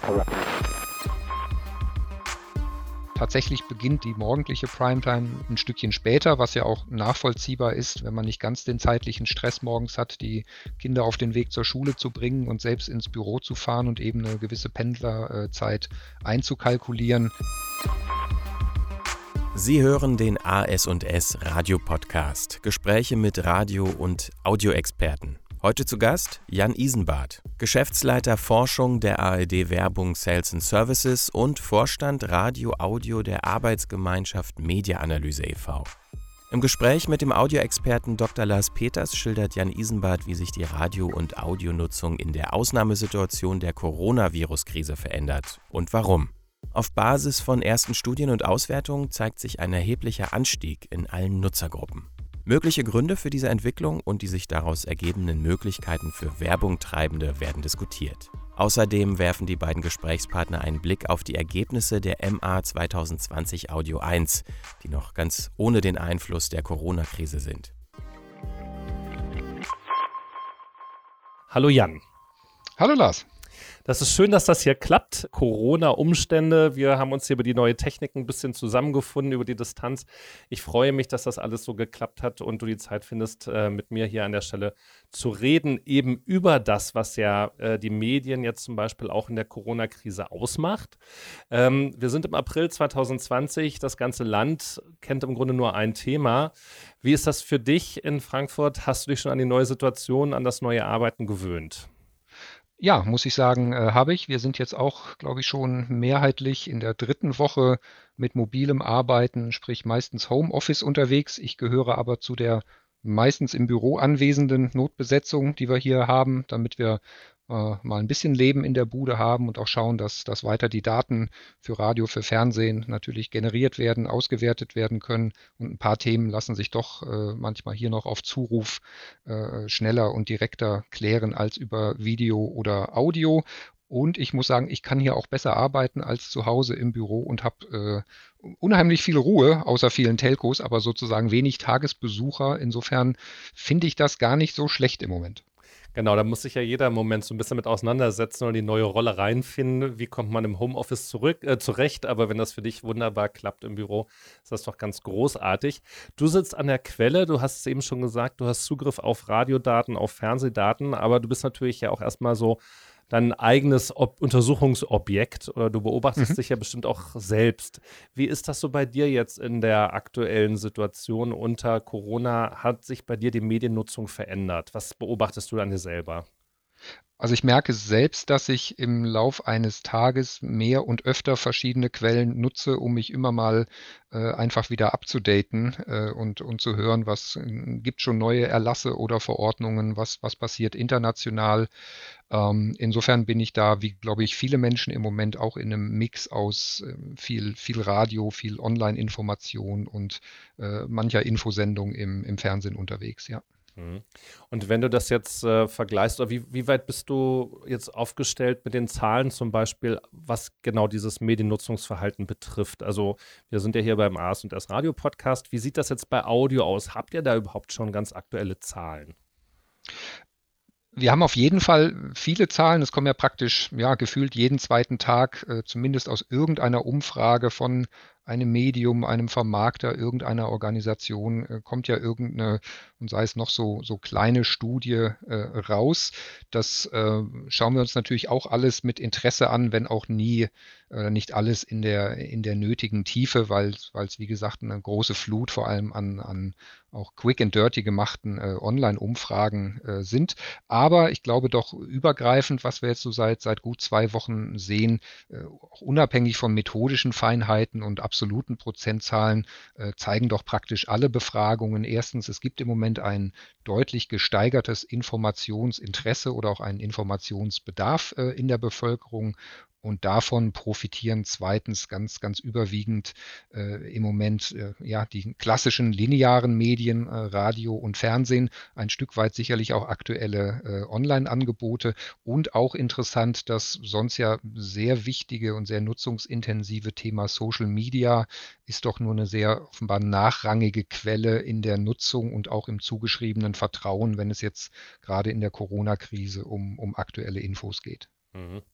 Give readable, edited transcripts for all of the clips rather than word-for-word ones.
Tatsächlich beginnt die morgendliche Primetime ein Stückchen später, was ja auch nachvollziehbar ist, wenn man nicht ganz den zeitlichen Stress morgens hat, die Kinder auf den Weg zur Schule zu bringen und selbst ins Büro zu fahren und eben eine gewisse Pendlerzeit einzukalkulieren. Sie hören den AS&S Radio Podcast. Gespräche mit Radio- und Audioexperten. Heute zu Gast Jan Isenbarth, Geschäftsleiter Forschung der ARD Werbung Sales & Services und Vorstand Radio Audio der Arbeitsgemeinschaft Mediaanalyse e.V. Im Gespräch mit dem Audioexperten Dr. Lars Peters schildert Jan Isenbarth, wie sich die Radio- und Audionutzung in der Ausnahmesituation der Coronavirus-Krise verändert und warum. Auf Basis von ersten Studien und Auswertungen zeigt sich ein erheblicher Anstieg in allen Nutzergruppen. Mögliche Gründe für diese Entwicklung und die sich daraus ergebenden Möglichkeiten für Werbungtreibende werden diskutiert. Außerdem werfen die beiden Gesprächspartner einen Blick auf die Ergebnisse der MA 2020 Audio 1, die noch ganz ohne den Einfluss der Corona-Krise sind. Hallo Jan. Hallo Lars. Das ist schön, dass das hier klappt. Corona-Umstände. Wir haben uns hier über die neue Technik ein bisschen zusammengefunden, über die Distanz. Ich freue mich, dass das alles so geklappt hat und du die Zeit findest, mit mir hier an der Stelle zu reden, eben über das, was ja die Medien jetzt zum Beispiel auch in der Corona-Krise ausmacht. Wir sind im April 2020. Das ganze Land kennt im Grunde nur ein Thema. Wie ist das für dich in Frankfurt? Hast du dich schon an die neue Situation, an das neue Arbeiten gewöhnt? Ja, muss ich sagen, habe ich. Wir sind jetzt auch, glaube ich, schon mehrheitlich in der 3. Woche mit mobilem Arbeiten, sprich meistens Homeoffice unterwegs. Ich gehöre aber zu der meistens im Büro anwesenden Notbesetzung, die wir hier haben, damit wir mal ein bisschen Leben in der Bude haben und auch schauen, dass weiter die Daten für Radio, für Fernsehen natürlich generiert werden, ausgewertet werden können. Und ein paar Themen lassen sich doch manchmal hier noch auf Zuruf schneller und direkter klären als über Video oder Audio. Und ich muss sagen, ich kann hier auch besser arbeiten als zu Hause im Büro und habe unheimlich viel Ruhe, außer vielen Telcos, aber sozusagen wenig Tagesbesucher. Insofern finde ich das gar nicht so schlecht im Moment. Genau, da muss sich ja jeder im Moment so ein bisschen mit auseinandersetzen und die neue Rolle reinfinden. Wie kommt man im Homeoffice zurecht? Aber wenn das für dich wunderbar klappt im Büro, ist das doch ganz großartig. Du sitzt an der Quelle, du hast es eben schon gesagt, du hast Zugriff auf Radiodaten, auf Fernsehdaten, aber du bist natürlich ja auch erstmal so dein eigenes Untersuchungsobjekt oder du beobachtest dich ja bestimmt auch selbst. Wie ist das so bei dir jetzt in der aktuellen Situation unter Corona? Hat sich bei dir die Mediennutzung verändert? Was beobachtest du an dir selber? Also ich merke selbst, dass ich im Lauf eines Tages mehr und öfter verschiedene Quellen nutze, um mich immer mal einfach wieder abzudaten und zu hören, was gibt schon neue Erlasse oder Verordnungen, was passiert international. Insofern bin ich da, wie glaube ich, viele Menschen im Moment auch in einem Mix aus viel Radio, viel Online-Information und mancher Infosendung im Fernsehen unterwegs, ja. Und wenn du das jetzt vergleichst, oder wie weit bist du jetzt aufgestellt mit den Zahlen zum Beispiel, was genau dieses Mediennutzungsverhalten betrifft? Also wir sind ja hier beim AS&S Radio Podcast. Wie sieht das jetzt bei Audio aus? Habt ihr da überhaupt schon ganz aktuelle Zahlen? Wir haben auf jeden Fall viele Zahlen. Es kommen ja praktisch, ja, gefühlt jeden zweiten Tag, zumindest aus irgendeiner Umfrage von einem Medium, einem Vermarkter, irgendeiner Organisation, kommt ja irgendeine, und sei es noch so kleine Studie raus. Das schauen wir uns natürlich auch alles mit Interesse an, wenn auch nie, nicht alles in der nötigen Tiefe, weil es, wie gesagt, eine große Flut vor allem an auch quick and dirty gemachten Online-Umfragen sind. Aber ich glaube doch übergreifend, was wir jetzt so seit gut 2 Wochen sehen, auch unabhängig von methodischen Feinheiten und absoluten Prozentzahlen, zeigen doch praktisch alle Befragungen. Erstens, es gibt im Moment ein deutlich gesteigertes Informationsinteresse oder auch einen Informationsbedarf in der Bevölkerung. Und davon profitieren zweitens ganz überwiegend im Moment ja die klassischen linearen Medien, Radio und Fernsehen, ein Stück weit sicherlich auch aktuelle Online-Angebote und auch interessant, das sonst ja sehr wichtige und sehr nutzungsintensive Thema Social Media ist doch nur eine sehr offenbar nachrangige Quelle in der Nutzung und auch im zugeschriebenen Vertrauen, wenn es jetzt gerade in der Corona-Krise um aktuelle Infos geht. Mhm.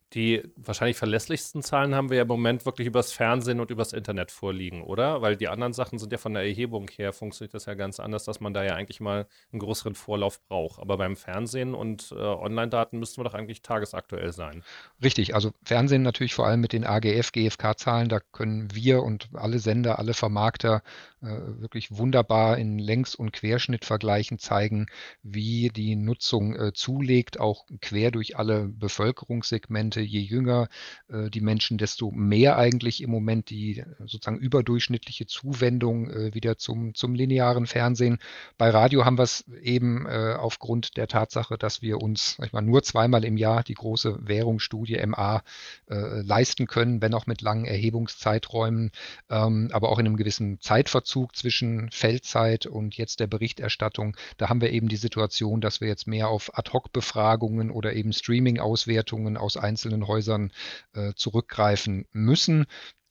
Die wahrscheinlich verlässlichsten Zahlen haben wir ja im Moment wirklich übers Fernsehen und übers Internet vorliegen, oder? Weil die anderen Sachen sind ja von der Erhebung her, funktioniert das ja ganz anders, dass man da ja eigentlich mal einen größeren Vorlauf braucht. Aber beim Fernsehen und Online-Daten müssten wir doch eigentlich tagesaktuell sein. Richtig, also Fernsehen natürlich vor allem mit den AGF, GfK-Zahlen, da können wir und alle Sender, alle Vermarkter wirklich wunderbar in Längs- und Querschnittvergleichen zeigen, wie die Nutzung zulegt, auch quer durch alle Bevölkerungssegmente. Je jünger die Menschen, desto mehr eigentlich im Moment die sozusagen überdurchschnittliche Zuwendung wieder zum linearen Fernsehen. Bei Radio haben wir es eben aufgrund der Tatsache, dass wir uns, sag ich mal, nur zweimal im Jahr die große Währungsstudie MA leisten können, wenn auch mit langen Erhebungszeiträumen, aber auch in einem gewissen Zeitverzug zwischen Feldzeit und jetzt der Berichterstattung. Da haben wir eben die Situation, dass wir jetzt mehr auf Ad-hoc-Befragungen oder eben Streaming-Auswertungen aus einzelnen Häusern zurückgreifen müssen.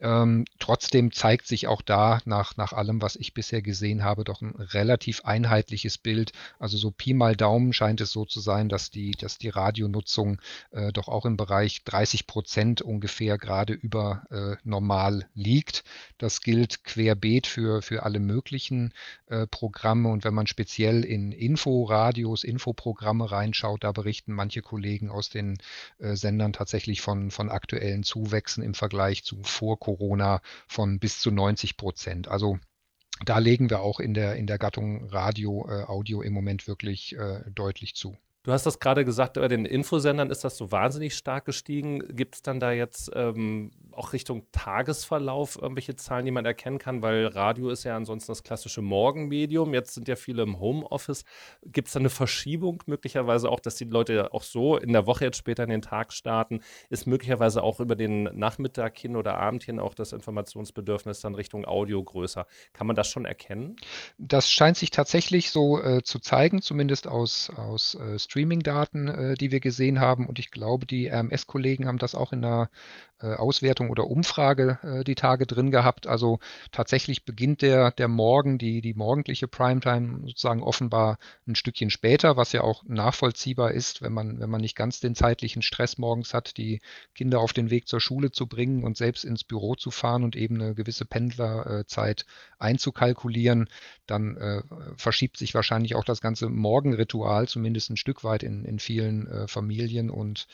Trotzdem zeigt sich auch da nach allem, was ich bisher gesehen habe, doch ein relativ einheitliches Bild. Also so Pi mal Daumen scheint es so zu sein, dass die Radionutzung doch auch im Bereich 30% ungefähr gerade über normal liegt. Das gilt querbeet für alle möglichen Programme. Und wenn man speziell in Inforadios, Infoprogramme reinschaut, da berichten manche Kollegen aus den Sendern tatsächlich von aktuellen Zuwächsen im Vergleich zu vor Corona von bis zu 90%. Also da legen wir auch in der Gattung Radio, Audio im Moment wirklich deutlich zu. Du hast das gerade gesagt, bei den Infosendern ist das so wahnsinnig stark gestiegen. Gibt es dann da jetzt auch Richtung Tagesverlauf irgendwelche Zahlen, die man erkennen kann? Weil Radio ist ja ansonsten das klassische Morgenmedium. Jetzt sind ja viele im Homeoffice. Gibt es da eine Verschiebung möglicherweise auch, dass die Leute auch so in der Woche jetzt später in den Tag starten? Ist möglicherweise auch über den Nachmittag hin oder Abend hin auch das Informationsbedürfnis dann Richtung Audio größer? Kann man das schon erkennen? Das scheint sich tatsächlich so zu zeigen, zumindest aus Streaming-Daten, die wir gesehen haben. Und ich glaube, die RMS-Kollegen haben das auch in einer Auswertung oder Umfrage die Tage drin gehabt. Also tatsächlich beginnt der Morgen, die morgendliche Primetime sozusagen offenbar ein Stückchen später, was ja auch nachvollziehbar ist, wenn man nicht ganz den zeitlichen Stress morgens hat, die Kinder auf den Weg zur Schule zu bringen und selbst ins Büro zu fahren und eben eine gewisse Pendlerzeit einzukalkulieren, dann verschiebt sich wahrscheinlich auch das ganze Morgenritual zumindest ein Stück weit in vielen Familien und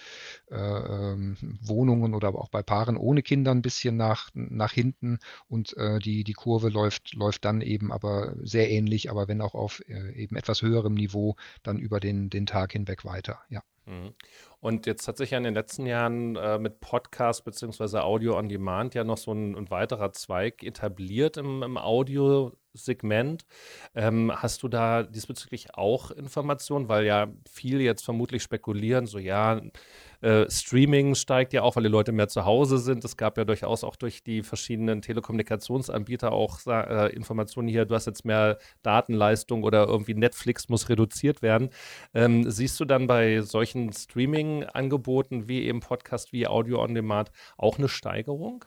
Wohnungen oder auch bei Paaren ohne Kinder ein bisschen nach hinten und die Kurve läuft dann eben aber sehr ähnlich, aber wenn auch auf eben etwas höherem Niveau dann über den Tag hinweg weiter, ja. Mhm. Und jetzt hat sich ja in den letzten Jahren mit Podcast bzw. Audio on Demand ja noch so ein weiterer Zweig etabliert im Audiosegment. Hast du da diesbezüglich auch Informationen? Weil ja viele jetzt vermutlich spekulieren, so ja, Streaming steigt ja auch, weil die Leute mehr zu Hause sind. Es gab ja durchaus auch durch die verschiedenen Telekommunikationsanbieter auch Informationen hier, du hast jetzt mehr Datenleistung oder irgendwie Netflix muss reduziert werden. Siehst du dann bei solchen Streaming-Angeboten wie eben Podcast, wie Audio on Demand auch eine Steigerung?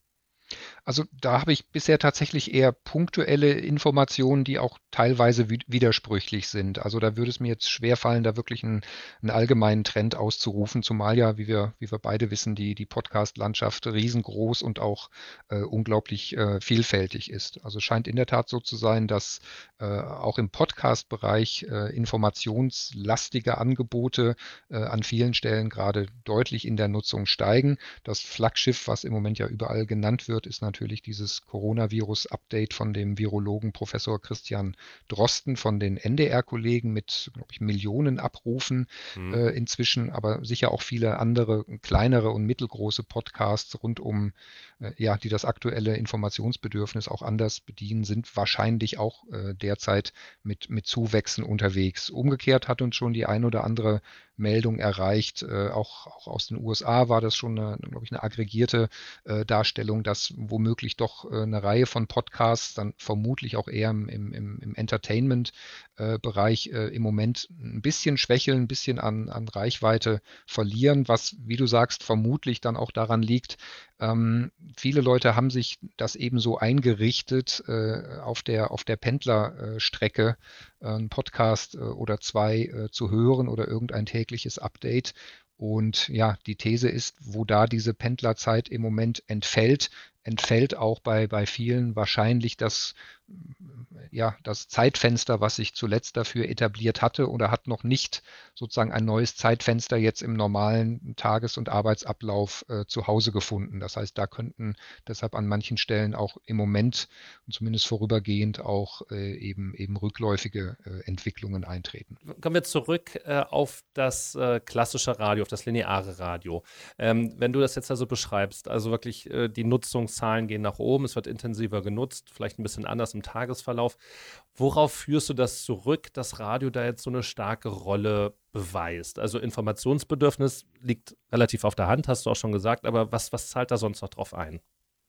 Also da habe ich bisher tatsächlich eher punktuelle Informationen, die auch teilweise widersprüchlich sind. Also da würde es mir jetzt schwerfallen, da wirklich einen allgemeinen Trend auszurufen, zumal ja, wie wir beide wissen, die Podcast-Landschaft riesengroß und auch unglaublich vielfältig ist. Also es scheint in der Tat so zu sein, dass auch im Podcast-Bereich informationslastige Angebote an vielen Stellen gerade deutlich in der Nutzung steigen. Das Flaggschiff, was im Moment ja überall genannt wird, ist natürlich dieses Coronavirus-Update von dem Virologen Professor Christian Drosten von den NDR-Kollegen mit, glaube ich, Millionen Abrufen inzwischen, aber sicher auch viele andere kleinere und mittelgroße Podcasts rund um, die das aktuelle Informationsbedürfnis auch anders bedienen, sind wahrscheinlich auch derzeit mit Zuwächsen unterwegs. Umgekehrt hat uns schon die ein oder andere Meldung erreicht. Auch aus den USA war das schon, glaube ich, eine aggregierte Darstellung, dass womöglich doch eine Reihe von Podcasts dann vermutlich auch eher im Entertainment-Bereich im Moment ein bisschen schwächeln, ein bisschen an Reichweite verlieren, was, wie du sagst, vermutlich dann auch daran liegt, viele Leute haben sich das eben so eingerichtet, auf der Pendlerstrecke einen Podcast oder zwei zu hören oder irgendein tägliches Update. Und ja, die These ist, wo da diese Pendlerzeit im Moment entfällt auch bei vielen wahrscheinlich das Zeitfenster, was sich zuletzt dafür etabliert hatte, oder hat noch nicht sozusagen ein neues Zeitfenster jetzt im normalen Tages- und Arbeitsablauf zu Hause gefunden. Das heißt, da könnten deshalb an manchen Stellen auch im Moment und zumindest vorübergehend auch eben rückläufige Entwicklungen eintreten. Kommen wir zurück auf das klassische Radio, auf das lineare Radio. Wenn du das jetzt also beschreibst, also wirklich die Nutzungszahlen gehen nach oben, es wird intensiver genutzt, vielleicht ein bisschen anders im Tagesverlauf. Worauf führst du das zurück, dass Radio da jetzt so eine starke Rolle beweist? Also Informationsbedürfnis liegt relativ auf der Hand, hast du auch schon gesagt, aber was zahlt da sonst noch drauf ein?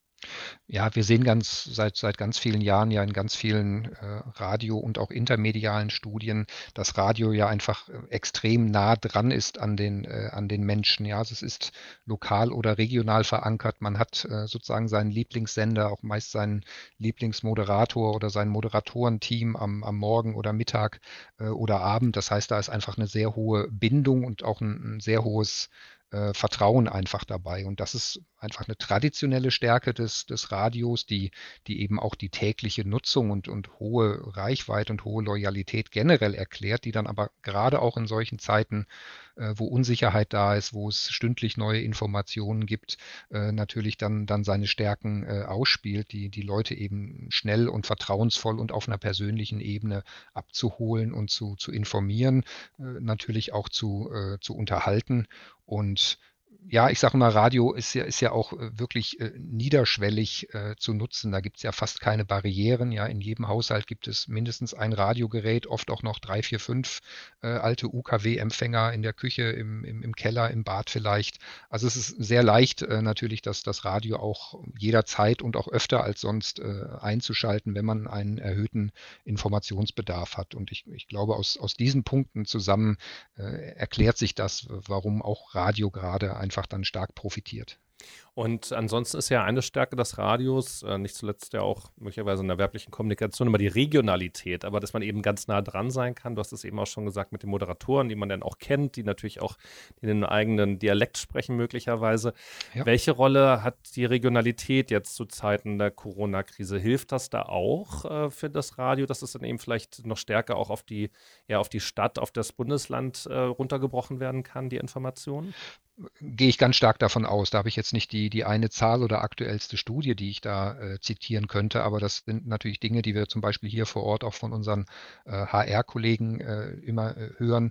Ja, wir sehen seit ganz vielen Jahren ja in ganz vielen Radio- und auch intermedialen Studien, dass Radio ja einfach extrem nah dran ist an den Menschen. Ja, also es ist lokal oder regional verankert. Man hat sozusagen seinen Lieblingssender, auch meist seinen Lieblingsmoderator oder sein Moderatorenteam am Morgen oder Mittag oder Abend. Das heißt, da ist einfach eine sehr hohe Bindung und auch ein sehr hohes Vertrauen einfach dabei. Und das ist einfach eine traditionelle Stärke des Radios, die eben auch die tägliche Nutzung und hohe Reichweite und hohe Loyalität generell erklärt, die dann aber gerade auch in solchen Zeiten, wo Unsicherheit da ist, wo es stündlich neue Informationen gibt, natürlich dann seine Stärken ausspielt, die Leute eben schnell und vertrauensvoll und auf einer persönlichen Ebene abzuholen und zu informieren, natürlich auch zu unterhalten. Und ja, ich sage mal, Radio ist ja auch wirklich niederschwellig zu nutzen. Da gibt es ja fast keine Barrieren. Ja, in jedem Haushalt gibt es mindestens ein Radiogerät, oft auch noch 3, 4, 5 alte UKW-Empfänger in der Küche, im Keller, im Bad vielleicht. Also es ist sehr leicht natürlich, das Radio auch jederzeit und auch öfter als sonst einzuschalten, wenn man einen erhöhten Informationsbedarf hat. Und ich glaube, aus diesen Punkten zusammen erklärt sich das, warum auch Radio gerade einfach dann stark profitiert. Und ansonsten ist ja eine Stärke des Radios, nicht zuletzt ja auch möglicherweise in der werblichen Kommunikation, immer die Regionalität, aber dass man eben ganz nah dran sein kann. Du hast es eben auch schon gesagt mit den Moderatoren, die man dann auch kennt, die natürlich auch den eigenen Dialekt sprechen möglicherweise. Ja. Welche Rolle hat die Regionalität jetzt zu Zeiten der Corona-Krise? Hilft das da auch für das Radio, dass es dann eben vielleicht noch stärker auch auf die Stadt, auf das Bundesland runtergebrochen werden kann, die Informationen? Gehe ich ganz stark davon aus. Da habe ich jetzt nicht die eine Zahl oder aktuellste Studie, die ich da zitieren könnte, aber das sind natürlich Dinge, die wir zum Beispiel hier vor Ort auch von unseren HR-Kollegen immer hören,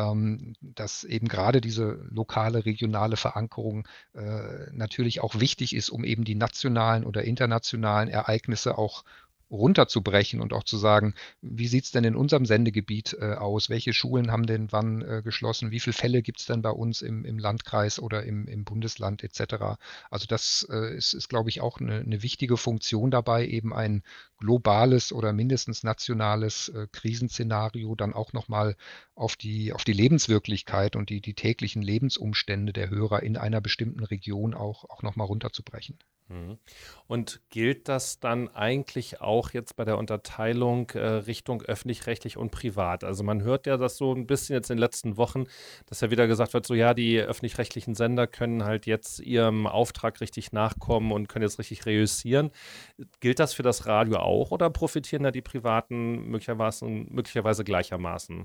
dass eben gerade diese lokale, regionale Verankerung natürlich auch wichtig ist, um eben die nationalen oder internationalen Ereignisse auch runterzubrechen und auch zu sagen, wie sieht es denn in unserem Sendegebiet aus? Welche Schulen haben denn wann geschlossen? Wie viele Fälle gibt es denn bei uns im Landkreis oder im Bundesland etc.? Also das ist, glaube ich, auch eine wichtige Funktion dabei, eben ein globales oder mindestens nationales Krisenszenario dann auch nochmal auf die Lebenswirklichkeit und die täglichen Lebensumstände der Hörer in einer bestimmten Region auch nochmal runterzubrechen. Und gilt das dann eigentlich auch jetzt bei der Unterteilung Richtung öffentlich-rechtlich und privat? Also man hört ja das so ein bisschen jetzt in den letzten Wochen, dass ja wieder gesagt wird, so ja, die öffentlich-rechtlichen Sender können halt jetzt ihrem Auftrag richtig nachkommen und können jetzt richtig reüssieren. Gilt das für das Radio auch oder profitieren da die Privaten möglicherweise gleichermaßen?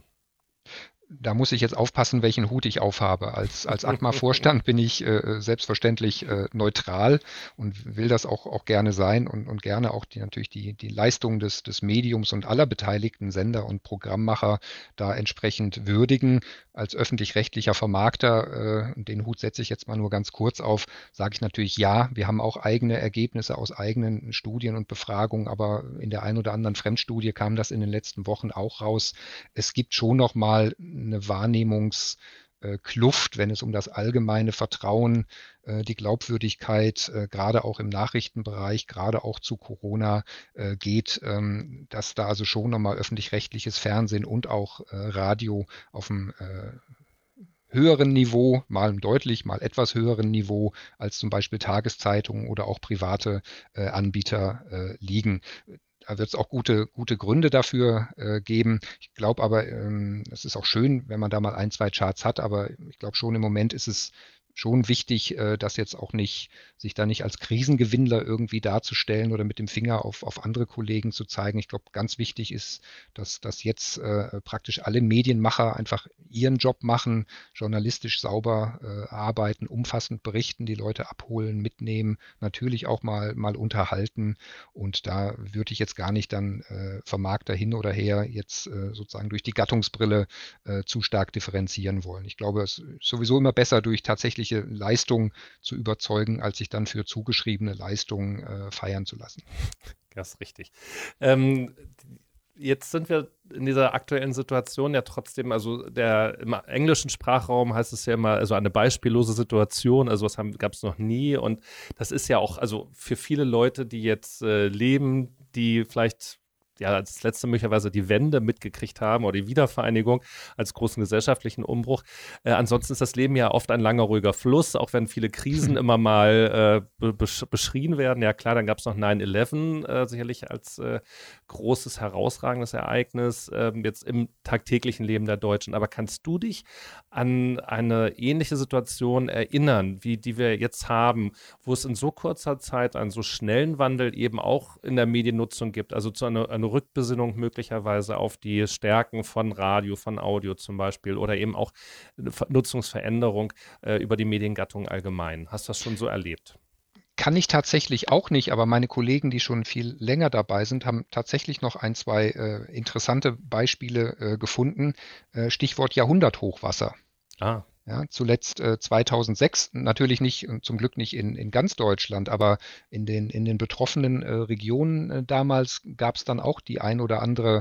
Da muss ich jetzt aufpassen, welchen Hut ich aufhabe. Als ACMA-Vorstand bin ich selbstverständlich neutral und will das auch gerne sein und gerne auch natürlich die Leistung des Mediums und aller beteiligten Sender und Programmmacher da entsprechend würdigen. Als öffentlich-rechtlicher Vermarkter, den Hut setze ich jetzt mal nur ganz kurz auf, sage ich natürlich ja, wir haben auch eigene Ergebnisse aus eigenen Studien und Befragungen, aber in der einen oder anderen Fremdstudie kam das in den letzten Wochen auch raus. Es gibt schon noch mal eine Wahrnehmungskluft, wenn es um das allgemeine Vertrauen, die Glaubwürdigkeit, gerade auch im Nachrichtenbereich, gerade auch zu Corona geht, dass da also schon nochmal öffentlich-rechtliches Fernsehen und auch Radio auf dem höheren Niveau, mal deutlich, mal etwas höheren Niveau als zum Beispiel Tageszeitungen oder auch private Anbieter liegen. Da wird es auch gute Gründe dafür geben. Ich glaube aber, es ist auch schön, wenn man da mal 1, 2 Charts hat, aber ich glaube schon im Moment ist es schon wichtig, das jetzt auch nicht, sich da nicht als Krisengewinnler irgendwie darzustellen oder mit dem Finger auf andere Kollegen zu zeigen. Ich glaube, ganz wichtig ist, dass jetzt praktisch alle Medienmacher einfach ihren Job machen, journalistisch sauber arbeiten, umfassend berichten, die Leute abholen, mitnehmen, natürlich auch mal unterhalten. Und da würde ich jetzt gar nicht dann Vermarkter hin oder her jetzt sozusagen durch die Gattungsbrille zu stark differenzieren wollen. Ich glaube, es ist sowieso immer besser, durch tatsächliche Leistung zu überzeugen, als sich dann für zugeschriebene Leistungen feiern zu lassen. Das ist richtig. Jetzt sind wir in dieser aktuellen Situation ja trotzdem, also im englischen Sprachraum heißt es ja immer, also eine beispiellose Situation, also was gab es noch nie, und das ist ja auch, also für viele Leute, die jetzt leben, die vielleicht ja als letzte möglicherweise die Wende mitgekriegt haben oder die Wiedervereinigung als großen gesellschaftlichen Umbruch. Ansonsten ist das Leben ja oft ein langer, ruhiger Fluss, auch wenn viele Krisen immer mal beschrien werden. Ja klar, dann gab es noch 9/11 sicherlich als großes, herausragendes Ereignis jetzt im tagtäglichen Leben der Deutschen. Aber kannst du dich an eine ähnliche Situation erinnern, wie die wir jetzt haben, wo es in so kurzer Zeit einen so schnellen Wandel eben auch in der Mediennutzung gibt, also zu einer Rückbesinnung möglicherweise auf die Stärken von Radio, von Audio zum Beispiel oder eben auch eine Nutzungsveränderung über die Mediengattung allgemein. Hast du das schon so erlebt? Kann ich tatsächlich auch nicht, aber meine Kollegen, die schon viel länger dabei sind, haben tatsächlich noch 1, 2 interessante Beispiele gefunden. Stichwort Jahrhunderthochwasser. Ah. Ja, zuletzt 2006, natürlich nicht, zum Glück nicht in ganz Deutschland, aber in den betroffenen Regionen damals gab es dann auch die ein oder andere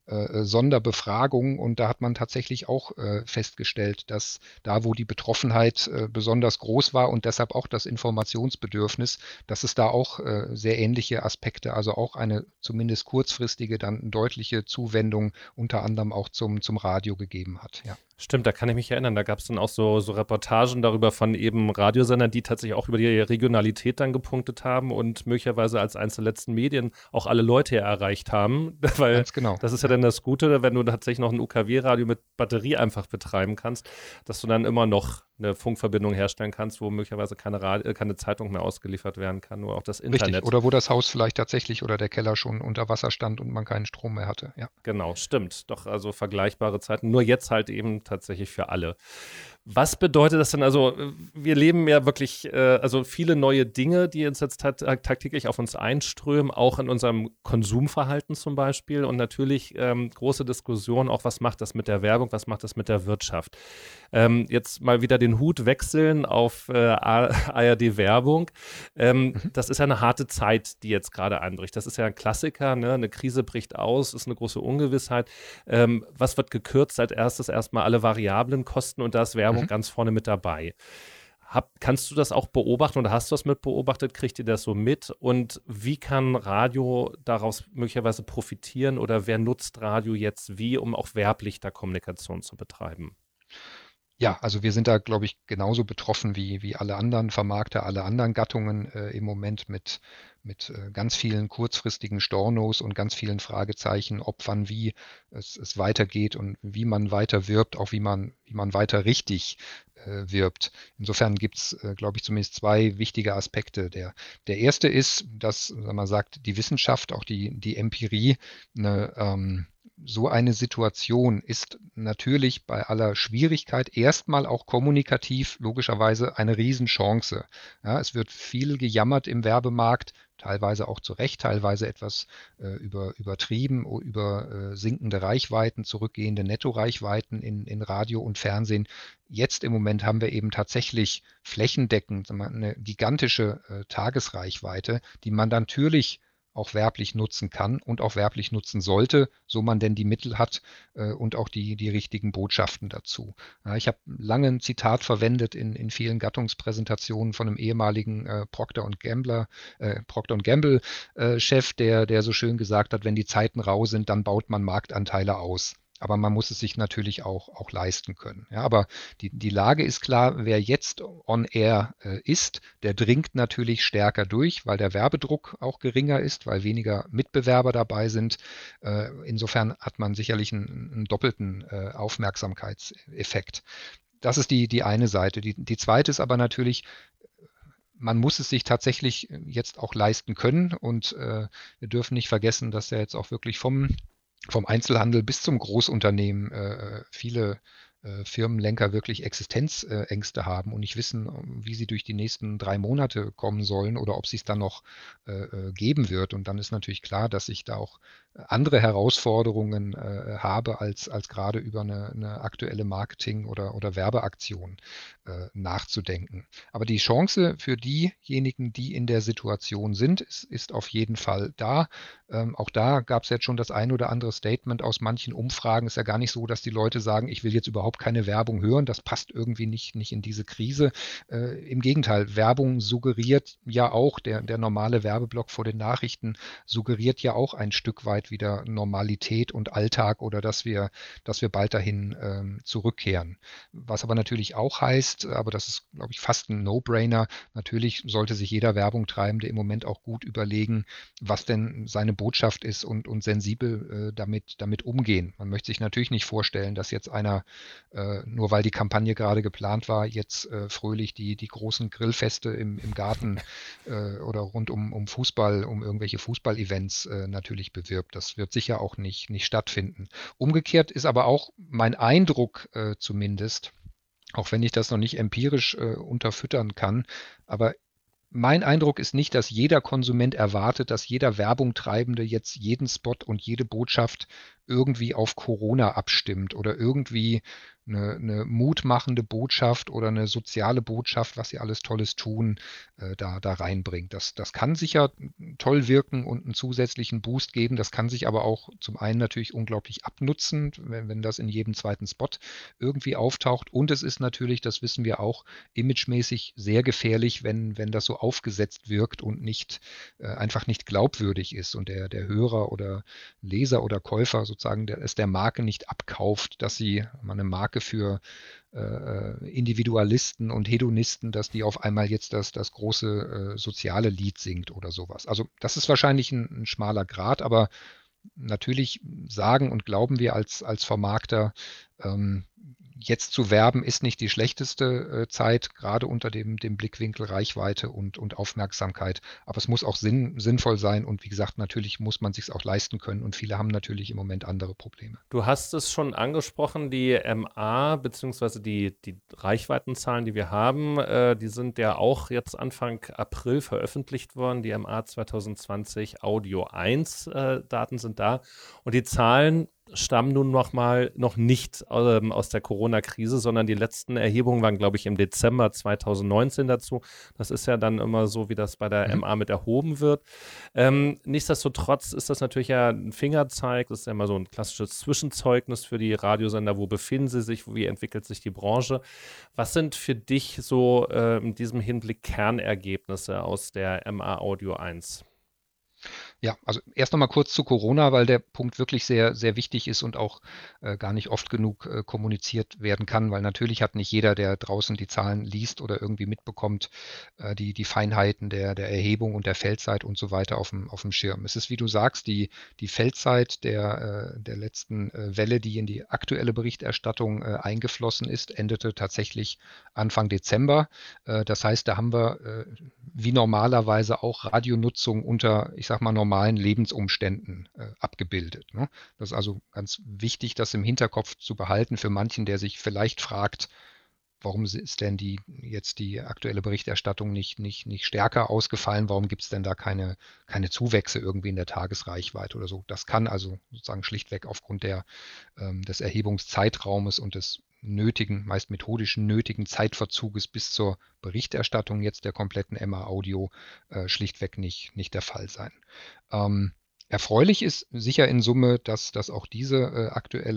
Sonderbefragung, und da hat man tatsächlich auch festgestellt, dass da, wo die Betroffenheit besonders groß war und deshalb auch das Informationsbedürfnis, dass es da auch sehr ähnliche Aspekte, also auch eine zumindest kurzfristige, dann deutliche Zuwendung unter anderem auch zum Radio gegeben hat. Ja. Stimmt, da kann ich mich erinnern. Da gab es dann auch so Reportagen darüber von eben Radiosendern, die tatsächlich auch über die Regionalität dann gepunktet haben und möglicherweise als eines der letzten Medien auch alle Leute erreicht haben. Weil Ganz genau. Das ist ja dann das Gute, wenn du tatsächlich noch ein UKW-Radio mit Batterie einfach betreiben kannst, dass du dann immer noch eine Funkverbindung herstellen kannst, wo möglicherweise keine Zeitung mehr ausgeliefert werden kann, nur auch das Internet. Richtig, oder wo das Haus vielleicht tatsächlich oder der Keller schon unter Wasser stand und man keinen Strom mehr hatte. Ja. Genau, stimmt. Doch, also vergleichbare Zeiten, nur jetzt halt eben tatsächlich für alle. Was bedeutet das denn? Also wir leben ja wirklich, also viele neue Dinge, die uns jetzt tagtäglich auf uns einströmen, auch in unserem Konsumverhalten zum Beispiel, und natürlich große Diskussion auch, was macht das mit der Werbung, was macht das mit der Wirtschaft. Jetzt mal wieder den Hut wechseln auf ARD-Werbung. Das ist ja eine harte Zeit, die jetzt gerade einbricht. Das ist ja ein Klassiker, ne? Eine Krise bricht aus, ist eine große Ungewissheit. Was wird gekürzt? Als erstes erstmal alle variablen Kosten, und da ist Werbung ganz vorne mit dabei. Kannst du das auch beobachten oder hast du das mit beobachtet? Kriegt ihr das so mit? Und wie kann Radio daraus möglicherweise profitieren, oder wer nutzt Radio jetzt wie, um auch werblich da Kommunikation zu betreiben? Ja, also wir sind da, glaube ich, genauso betroffen wie alle anderen Vermarkter, alle anderen Gattungen im Moment mit ganz vielen kurzfristigen Stornos und ganz vielen Fragezeichen, ob, wann, wie es weitergeht und wie man weiter wirbt, auch wie man weiter richtig wirbt. Insofern gibt es, glaube ich, zumindest 2 wichtige Aspekte. Der erste ist, dass man sagt, die Wissenschaft, auch die Empirie, so eine Situation ist natürlich bei aller Schwierigkeit erstmal auch kommunikativ logischerweise eine Riesenchance. Ja, es wird viel gejammert im Werbemarkt, teilweise auch zu Recht, teilweise etwas übertrieben, über sinkende Reichweiten, zurückgehende Nettoreichweiten in Radio und Fernsehen. Jetzt im Moment haben wir eben tatsächlich flächendeckend eine gigantische Tagesreichweite, die man natürlich auch werblich nutzen kann und auch werblich nutzen sollte, so man denn die Mittel hat und auch die richtigen Botschaften dazu. Ja, ich habe lange ein Zitat verwendet in vielen Gattungspräsentationen von einem ehemaligen Procter & Gamble Chef, der so schön gesagt hat, wenn die Zeiten rau sind, dann baut man Marktanteile aus. aber man muss es sich natürlich auch leisten können. Ja, aber die Lage ist klar, wer jetzt on air ist, der dringt natürlich stärker durch, weil der Werbedruck auch geringer ist, weil weniger Mitbewerber dabei sind. Insofern hat man sicherlich einen doppelten Aufmerksamkeitseffekt. Das ist die eine Seite. Die zweite ist aber natürlich, man muss es sich tatsächlich jetzt auch leisten können und wir dürfen nicht vergessen, dass ja jetzt auch wirklich vom Einzelhandel bis zum Großunternehmen viele Firmenlenker wirklich Existenzängste haben und nicht wissen, wie sie durch die nächsten 3 Monate kommen sollen oder ob sie es dann noch geben wird. Und dann ist natürlich klar, dass ich da auch andere Herausforderungen habe, als gerade über eine aktuelle Marketing- oder Werbeaktion nachzudenken. Aber die Chance für diejenigen, die in der Situation sind, ist auf jeden Fall da. Auch da gab es jetzt schon das ein oder andere Statement aus manchen Umfragen. Ist ja gar nicht so, dass die Leute sagen, ich will jetzt überhaupt keine Werbung hören. Das passt irgendwie nicht in diese Krise. Im Gegenteil, Werbung suggeriert ja auch, der normale Werbeblock vor den Nachrichten suggeriert ja auch ein Stück weit wieder Normalität und Alltag oder dass wir bald dahin zurückkehren. Was aber natürlich auch heißt, aber das ist, glaube ich, fast ein No-Brainer, natürlich sollte sich jeder Werbungtreibende im Moment auch gut überlegen, was denn seine Botschaft ist und sensibel damit umgehen. Man möchte sich natürlich nicht vorstellen, dass jetzt einer, nur weil die Kampagne gerade geplant war, jetzt fröhlich die großen Grillfeste im Garten oder rund um Fußball, um irgendwelche Fußballevents natürlich bewirbt. Das wird sicher auch nicht stattfinden. Umgekehrt ist aber auch mein Eindruck zumindest, auch wenn ich das noch nicht empirisch unterfüttern kann, aber mein Eindruck ist nicht, dass jeder Konsument erwartet, dass jeder Werbungtreibende jetzt jeden Spot und jede Botschaft irgendwie auf Corona abstimmt oder irgendwie eine mutmachende Botschaft oder eine soziale Botschaft, was sie alles Tolles tun, da reinbringt. Das kann sicher toll wirken und einen zusätzlichen Boost geben. Das kann sich aber auch zum einen natürlich unglaublich abnutzen, wenn das in jedem zweiten Spot irgendwie auftaucht. Und es ist natürlich, das wissen wir auch, imagemäßig sehr gefährlich, wenn das so aufgesetzt wirkt und einfach nicht glaubwürdig ist und der Hörer oder Leser oder Käufer sozusagen es der Marke nicht abkauft, dass sie eine Marke für Individualisten und Hedonisten, dass die auf einmal jetzt das große soziale Lied singt oder sowas. Also das ist wahrscheinlich ein schmaler Grat, aber natürlich sagen und glauben wir als Vermarkter, jetzt zu werben ist nicht die schlechteste Zeit, gerade unter dem Blickwinkel Reichweite und Aufmerksamkeit. Aber es muss auch sinnvoll sein und wie gesagt, natürlich muss man sich es auch leisten können und viele haben natürlich im Moment andere Probleme. Du hast es schon angesprochen, die MA bzw. die Reichweitenzahlen, die wir haben, die sind ja auch jetzt Anfang April veröffentlicht worden. Die MA 2020 Audio 1 Daten sind da und die Zahlen stammen nun noch nicht aus der Corona-Krise, sondern die letzten Erhebungen waren, glaube ich, im Dezember 2019 dazu. Das ist ja dann immer so, wie das bei der MA mit erhoben wird. Nichtsdestotrotz ist das natürlich ja ein Fingerzeig, das ist ja immer so ein klassisches Zwischenzeugnis für die Radiosender. Wo befinden sie sich, wie entwickelt sich die Branche? Was sind für dich so in diesem Hinblick Kernergebnisse aus der MA Audio 1? Ja, also erst noch mal kurz zu Corona, weil der Punkt wirklich sehr, sehr wichtig ist und auch gar nicht oft genug kommuniziert werden kann, weil natürlich hat nicht jeder, der draußen die Zahlen liest oder irgendwie mitbekommt, die Feinheiten der Erhebung und der Feldzeit und so weiter auf dem Schirm. Es ist, wie du sagst, die Feldzeit der letzten Welle, die in die aktuelle Berichterstattung eingeflossen ist, endete tatsächlich Anfang Dezember. Das heißt, da haben wir wie normalerweise auch Radionutzung unter, ich sag mal, normalen Lebensumständen abgebildet. Ne? Das ist also ganz wichtig, das im Hinterkopf zu behalten für manchen, der sich vielleicht fragt, warum ist denn jetzt die aktuelle Berichterstattung nicht stärker ausgefallen? Warum gibt es denn da keine Zuwächse irgendwie in der Tagesreichweite oder so? Das kann also sozusagen schlichtweg aufgrund des Erhebungszeitraumes und des meist methodischen nötigen Zeitverzuges bis zur Berichterstattung jetzt der kompletten MA-Audio schlichtweg nicht der Fall sein. Erfreulich ist sicher in Summe, dass auch diese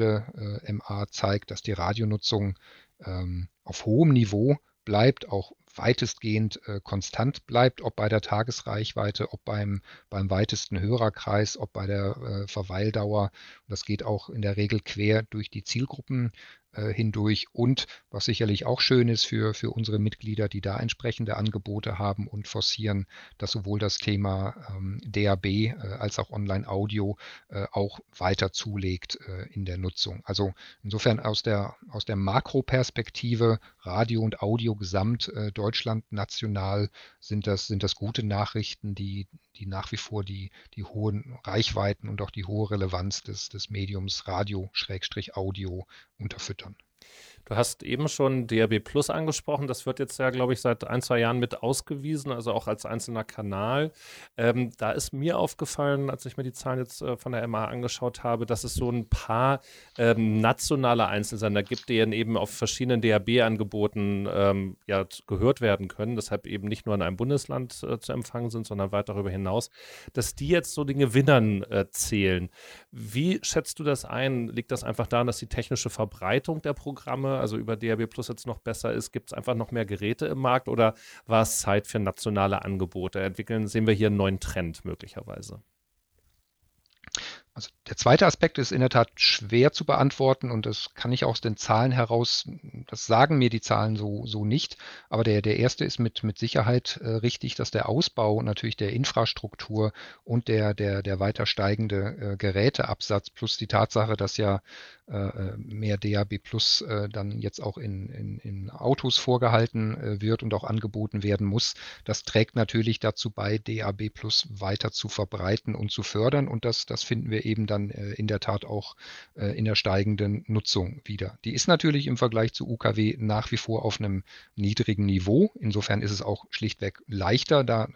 aktuelle MA zeigt, dass die Radionutzung auf hohem Niveau bleibt, auch weitestgehend konstant bleibt, ob bei der Tagesreichweite, ob beim weitesten Hörerkreis, ob bei der Verweildauer. Und das geht auch in der Regel quer durch die Zielgruppen hindurch. Und was sicherlich auch schön ist für unsere Mitglieder, die da entsprechende Angebote haben und forcieren, dass sowohl das Thema DAB als auch Online-Audio auch weiter zulegt in der Nutzung. Also insofern aus der Makroperspektive Radio und Audio gesamt Deutschland national sind das gute Nachrichten, die nach wie vor die hohen Reichweiten und auch die hohe Relevanz des Mediums Radio/Audio unterfüttern. Du hast eben schon DAB Plus angesprochen. Das wird jetzt ja, glaube ich, seit 1-2 Jahren mit ausgewiesen, also auch als einzelner Kanal. Da ist mir aufgefallen, als ich mir die Zahlen jetzt von der MA angeschaut habe, dass es so ein paar nationale Einzelsender gibt, die dann eben auf verschiedenen DAB-Angeboten gehört werden können, deshalb eben nicht nur in einem Bundesland zu empfangen sind, sondern weit darüber hinaus, dass die jetzt so den Gewinnern zählen. Wie schätzt du das ein? Liegt das einfach daran, dass die technische Verbreitung der Programme, also über DAB Plus jetzt noch besser ist? Gibt es einfach noch mehr Geräte im Markt oder war es Zeit für nationale Angebote? Sehen wir hier einen neuen Trend möglicherweise? Also der zweite Aspekt ist in der Tat schwer zu beantworten und das kann ich aus den Zahlen heraus, das sagen mir die Zahlen so nicht, aber der erste ist mit Sicherheit richtig, dass der Ausbau natürlich der Infrastruktur und der weiter steigende Geräteabsatz plus die Tatsache, dass ja mehr DAB Plus dann jetzt auch in Autos vorgehalten wird und auch angeboten werden muss, das trägt natürlich dazu bei, DAB Plus weiter zu verbreiten und zu fördern und das finden wir eben dann in der Tat auch in der steigenden Nutzung wieder. Die ist natürlich im Vergleich zu UKW nach wie vor auf einem niedrigen Niveau. Insofern ist es auch schlichtweg leichter, da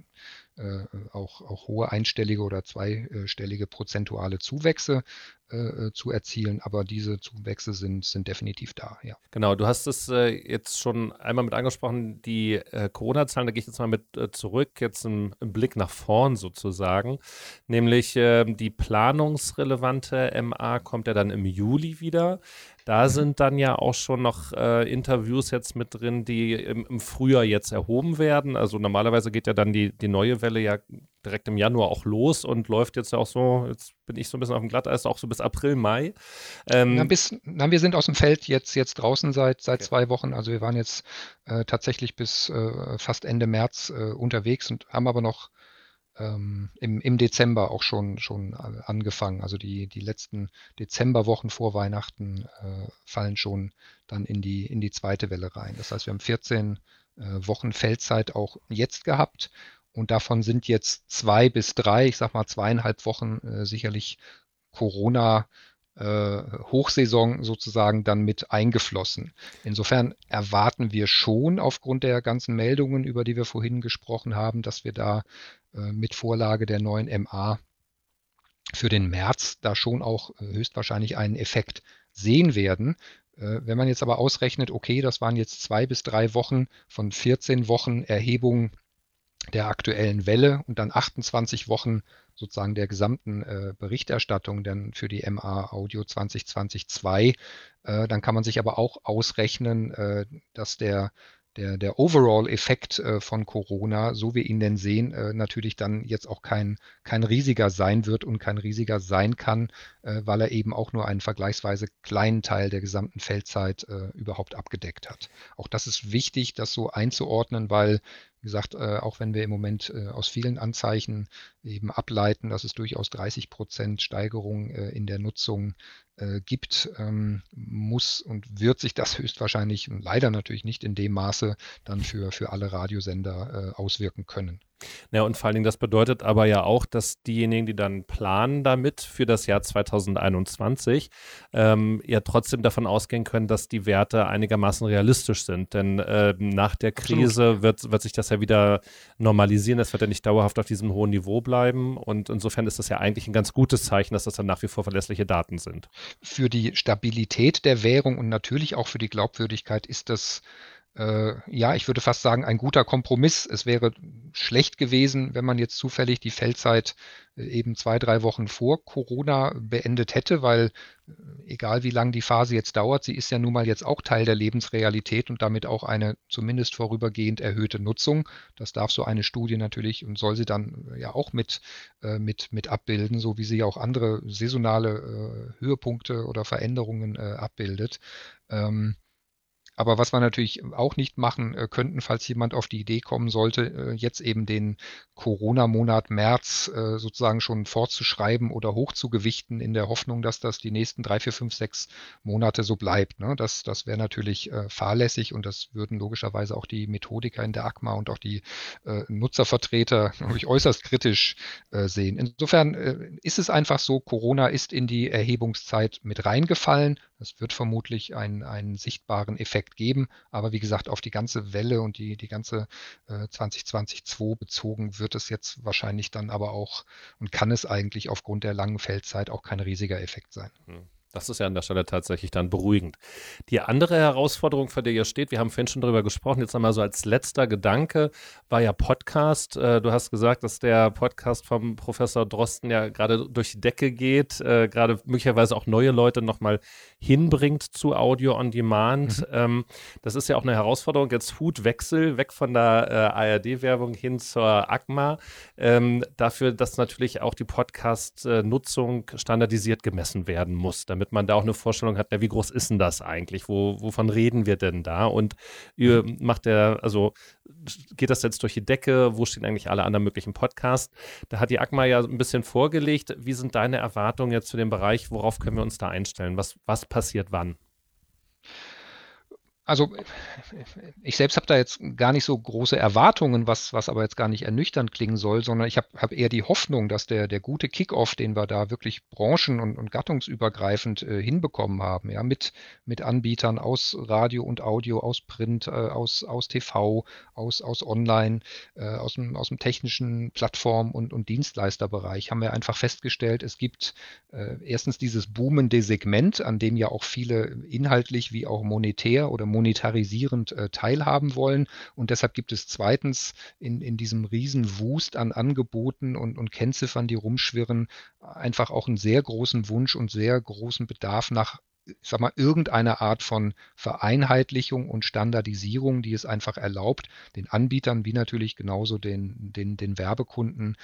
auch hohe einstellige oder zweistellige prozentuale Zuwächse zu erzielen, aber diese Zuwächse sind definitiv da, ja. Genau, du hast es jetzt schon einmal mit angesprochen, die Corona-Zahlen, da gehe ich jetzt mal mit zurück, jetzt im Blick nach vorn sozusagen, nämlich die planungsrelevante MA kommt ja dann im Juli wieder. Da sind dann ja auch schon noch Interviews jetzt mit drin, die im Frühjahr jetzt erhoben werden. Also normalerweise geht ja dann die neue Welle ja direkt im Januar auch los und läuft jetzt ja auch so, jetzt bin ich so ein bisschen auf dem Glatteis, auch so bis April, Mai. Wir sind aus dem Feld jetzt draußen seit 2 Wochen. Also wir waren jetzt tatsächlich bis fast Ende März unterwegs und haben aber noch im Dezember auch schon angefangen. Also die letzten Dezemberwochen vor Weihnachten fallen schon dann in die zweite Welle rein. Das heißt, wir haben 14 Wochen Feldzeit auch jetzt gehabt und davon sind jetzt 2 bis 3, ich sag mal 2,5 Wochen sicherlich Corona Hochsaison sozusagen dann mit eingeflossen. Insofern erwarten wir schon aufgrund der ganzen Meldungen, über die wir vorhin gesprochen haben, dass wir da mit Vorlage der neuen MA für den März da schon auch höchstwahrscheinlich einen Effekt sehen werden. Wenn man jetzt aber ausrechnet, okay, das waren jetzt 2 bis 3 Wochen von 14 Wochen Erhebung der aktuellen Welle und dann 28 Wochen sozusagen der gesamten Berichterstattung dann für die MA Audio 2020-2, dann kann man sich aber auch ausrechnen, dass der Overall-Effekt von Corona, so wir ihn denn sehen, natürlich dann jetzt auch kein riesiger sein wird und kein riesiger sein kann, weil er eben auch nur einen vergleichsweise kleinen Teil der gesamten Feldzeit überhaupt abgedeckt hat. Auch das ist wichtig, das so einzuordnen, weil wie gesagt, auch wenn wir im Moment aus vielen Anzeichen eben ableiten, dass es durchaus 30% Steigerung in der Nutzung gibt, muss und wird sich das höchstwahrscheinlich und leider natürlich nicht in dem Maße dann für alle Radiosender auswirken können. Ja, und vor allen Dingen, das bedeutet aber ja auch, dass diejenigen, die dann planen damit für das Jahr 2021, ja trotzdem davon ausgehen können, dass die Werte einigermaßen realistisch sind. Denn nach der Krise wird sich das ja wieder normalisieren. Es wird ja nicht dauerhaft auf diesem hohen Niveau bleiben. Und insofern ist das ja eigentlich ein ganz gutes Zeichen, dass das dann nach wie vor verlässliche Daten sind. Für die Stabilität der Währung und natürlich auch für die Glaubwürdigkeit ist das ich würde fast sagen, ein guter Kompromiss. Es wäre schlecht gewesen, wenn man jetzt zufällig die Feldzeit eben 2-3 Wochen vor Corona beendet hätte, weil egal wie lang die Phase jetzt dauert, sie ist ja nun mal jetzt auch Teil der Lebensrealität und damit auch eine zumindest vorübergehend erhöhte Nutzung. Das darf so eine Studie natürlich und soll sie dann ja auch mit abbilden, so wie sie ja auch andere saisonale Höhepunkte oder Veränderungen abbildet. Aber was wir natürlich auch nicht machen könnten, falls jemand auf die Idee kommen sollte, jetzt eben den Corona-Monat März sozusagen schon fortzuschreiben oder hochzugewichten in der Hoffnung, dass das die nächsten 3, 4, 5, 6 Monate so bleibt. Ne? Das wäre natürlich fahrlässig und das würden logischerweise auch die Methodiker in der ACMA und auch die Nutzervertreter, glaube ich, äußerst kritisch sehen. Insofern ist es einfach so, Corona ist in die Erhebungszeit mit reingefallen. Es wird vermutlich einen sichtbaren Effekt geben, aber wie gesagt, auf die ganze Welle und die ganze 2022 bezogen wird es jetzt wahrscheinlich dann aber auch und kann es eigentlich aufgrund der langen Feldzeit auch kein riesiger Effekt sein. Das ist ja an der Stelle tatsächlich dann beruhigend. Die andere Herausforderung, vor der ihr steht, wir haben vorhin schon drüber gesprochen, jetzt einmal so als letzter Gedanke, war ja Podcast. Du hast gesagt, dass der Podcast vom Professor Drosten ja gerade durch die Decke geht, gerade möglicherweise auch neue Leute nochmal hinbringt zu Audio on Demand. Das ist ja auch eine Herausforderung. Jetzt Hutwechsel, weg von der ARD-Werbung hin zur ACMA. Dafür, dass natürlich auch die Podcast-Nutzung standardisiert gemessen werden muss, damit man da auch eine Vorstellung hat, wie groß ist denn das eigentlich? Wovon reden wir denn da? Und ihr geht das jetzt durch die Decke? Wo stehen eigentlich alle anderen möglichen Podcasts? Da hat die ACMA ja ein bisschen vorgelegt. Wie sind deine Erwartungen jetzt zu dem Bereich? Worauf können wir uns da einstellen? Was passiert wann? Also ich selbst habe da jetzt gar nicht so große Erwartungen, was aber jetzt gar nicht ernüchternd klingen soll, sondern ich hab eher die Hoffnung, dass der gute Kick-Off, den wir da wirklich branchen- und gattungsübergreifend hinbekommen haben, ja, mit Anbietern aus Radio und Audio, aus Print, aus TV, aus Online, aus dem technischen Plattform- und Dienstleisterbereich, haben wir einfach festgestellt, es gibt erstens dieses boomende Segment, an dem ja auch viele inhaltlich wie auch monetär oder monetarisierend teilhaben wollen. Und deshalb gibt es zweitens in diesem riesen Wust an Angeboten und Kennziffern, die rumschwirren, einfach auch einen sehr großen Wunsch und sehr großen Bedarf nach, ich sag mal, irgendeiner Art von Vereinheitlichung und Standardisierung, die es einfach erlaubt, den Anbietern wie natürlich genauso den Werbekunden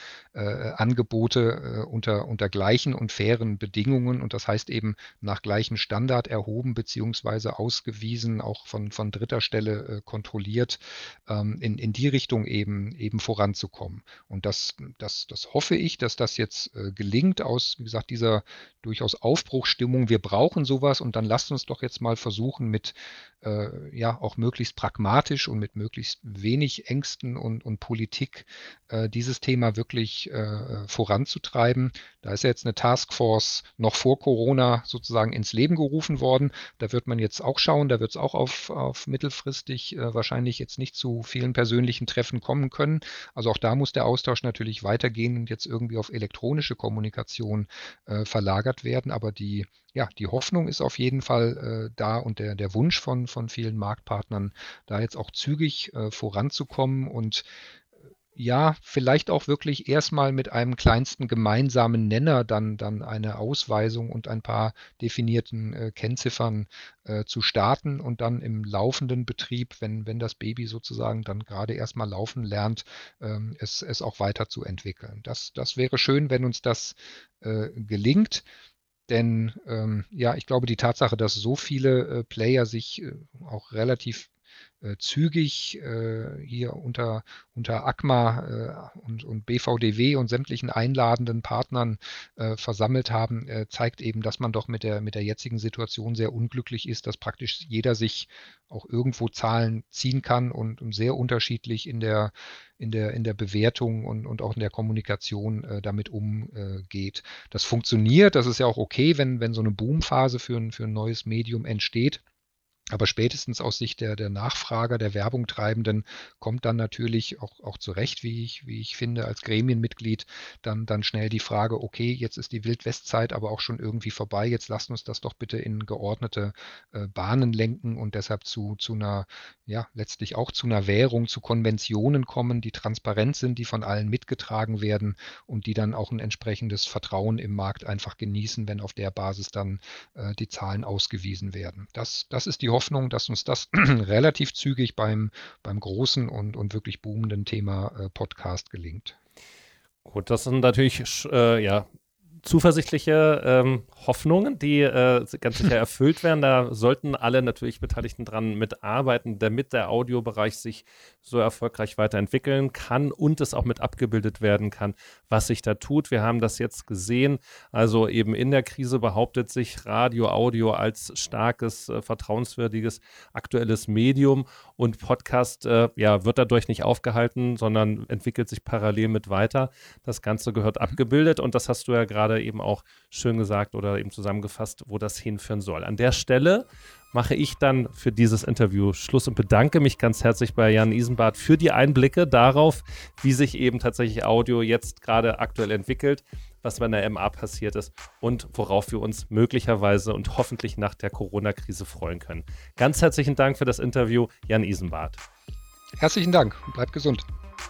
Angebote unter gleichen und fairen Bedingungen und das heißt eben nach gleichem Standard erhoben beziehungsweise ausgewiesen, auch von dritter Stelle kontrolliert, in die Richtung eben voranzukommen. Und das hoffe ich, dass das jetzt gelingt aus, wie gesagt, dieser durchaus Aufbruchsstimmung. Wir brauchen sowas und dann lasst uns doch jetzt mal versuchen, mit auch möglichst pragmatisch und mit möglichst wenig Ängsten und Politik dieses Thema wirklich voranzutreiben. Da ist ja jetzt eine Taskforce noch vor Corona sozusagen ins Leben gerufen worden. Da wird man jetzt auch schauen, da wird es auch auf mittelfristig wahrscheinlich jetzt nicht zu vielen persönlichen Treffen kommen können. Also auch da muss der Austausch natürlich weitergehen und jetzt irgendwie auf elektronische Kommunikation verlagert werden. Aber die Hoffnung ist auf jeden Fall da und der Wunsch von vielen Marktpartnern, da jetzt auch zügig voranzukommen und ja, vielleicht auch wirklich erstmal mit einem kleinsten gemeinsamen Nenner dann eine Ausweisung und ein paar definierten Kennziffern zu starten und dann im laufenden Betrieb, wenn das Baby sozusagen dann gerade erstmal laufen lernt, es auch weiterzuentwickeln. Das wäre schön, wenn uns das gelingt. Denn ich glaube, die Tatsache, dass so viele Player sich auch relativ zügig hier unter ACMA und BVDW und sämtlichen einladenden Partnern versammelt haben, zeigt eben, dass man doch mit der jetzigen Situation sehr unglücklich ist, dass praktisch jeder sich auch irgendwo Zahlen ziehen kann und sehr unterschiedlich in der Bewertung und auch in der Kommunikation damit umgeht. Das funktioniert, das ist ja auch okay, wenn so eine Boomphase für ein neues Medium entsteht. Aber spätestens aus Sicht der Nachfrager, der Werbungtreibenden kommt dann natürlich auch zu Recht, wie ich finde, als Gremienmitglied dann schnell die Frage, okay, jetzt ist die Wild-West-Zeit aber auch schon irgendwie vorbei, jetzt lasst uns das doch bitte in geordnete Bahnen lenken und deshalb zu einer, ja, letztlich auch zu einer Währung, zu Konventionen kommen, die transparent sind, die von allen mitgetragen werden und die dann auch ein entsprechendes Vertrauen im Markt einfach genießen, wenn auf der Basis dann die Zahlen ausgewiesen werden. Das ist die Hoffnung, dass uns das relativ zügig beim großen und wirklich boomenden Thema Podcast gelingt. Gut, das sind natürlich zuversichtliche Hoffnungen, die ganz sicher erfüllt werden. Da sollten alle natürlich Beteiligten dran mitarbeiten, damit der Audiobereich sich so erfolgreich weiterentwickeln kann und es auch mit abgebildet werden kann, was sich da tut. Wir haben das jetzt gesehen. Also eben in der Krise behauptet sich Radio, Audio als starkes, vertrauenswürdiges, aktuelles Medium und Podcast wird dadurch nicht aufgehalten, sondern entwickelt sich parallel mit weiter. Das Ganze gehört abgebildet und das hast du ja gerade eben auch schön gesagt oder eben zusammengefasst, wo das hinführen soll. An der Stelle mache ich dann für dieses Interview Schluss und bedanke mich ganz herzlich bei Jan Isenbarth für die Einblicke darauf, wie sich eben tatsächlich Audio jetzt gerade aktuell entwickelt, was bei der MA passiert ist und worauf wir uns möglicherweise und hoffentlich nach der Corona-Krise freuen können. Ganz herzlichen Dank für das Interview, Jan Isenbarth. Herzlichen Dank und bleibt gesund.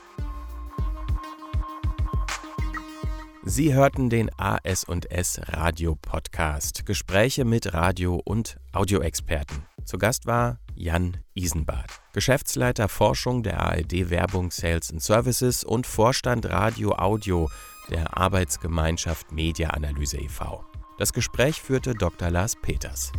Sie hörten den AS&S Radio Podcast. Gespräche mit Radio- und Audioexperten. Zu Gast war Jan Isenbarth, Geschäftsleiter Forschung der ARD Werbung Sales and Services und Vorstand Radio Audio der Arbeitsgemeinschaft Media Analyse e.V. Das Gespräch führte Dr. Lars Peters.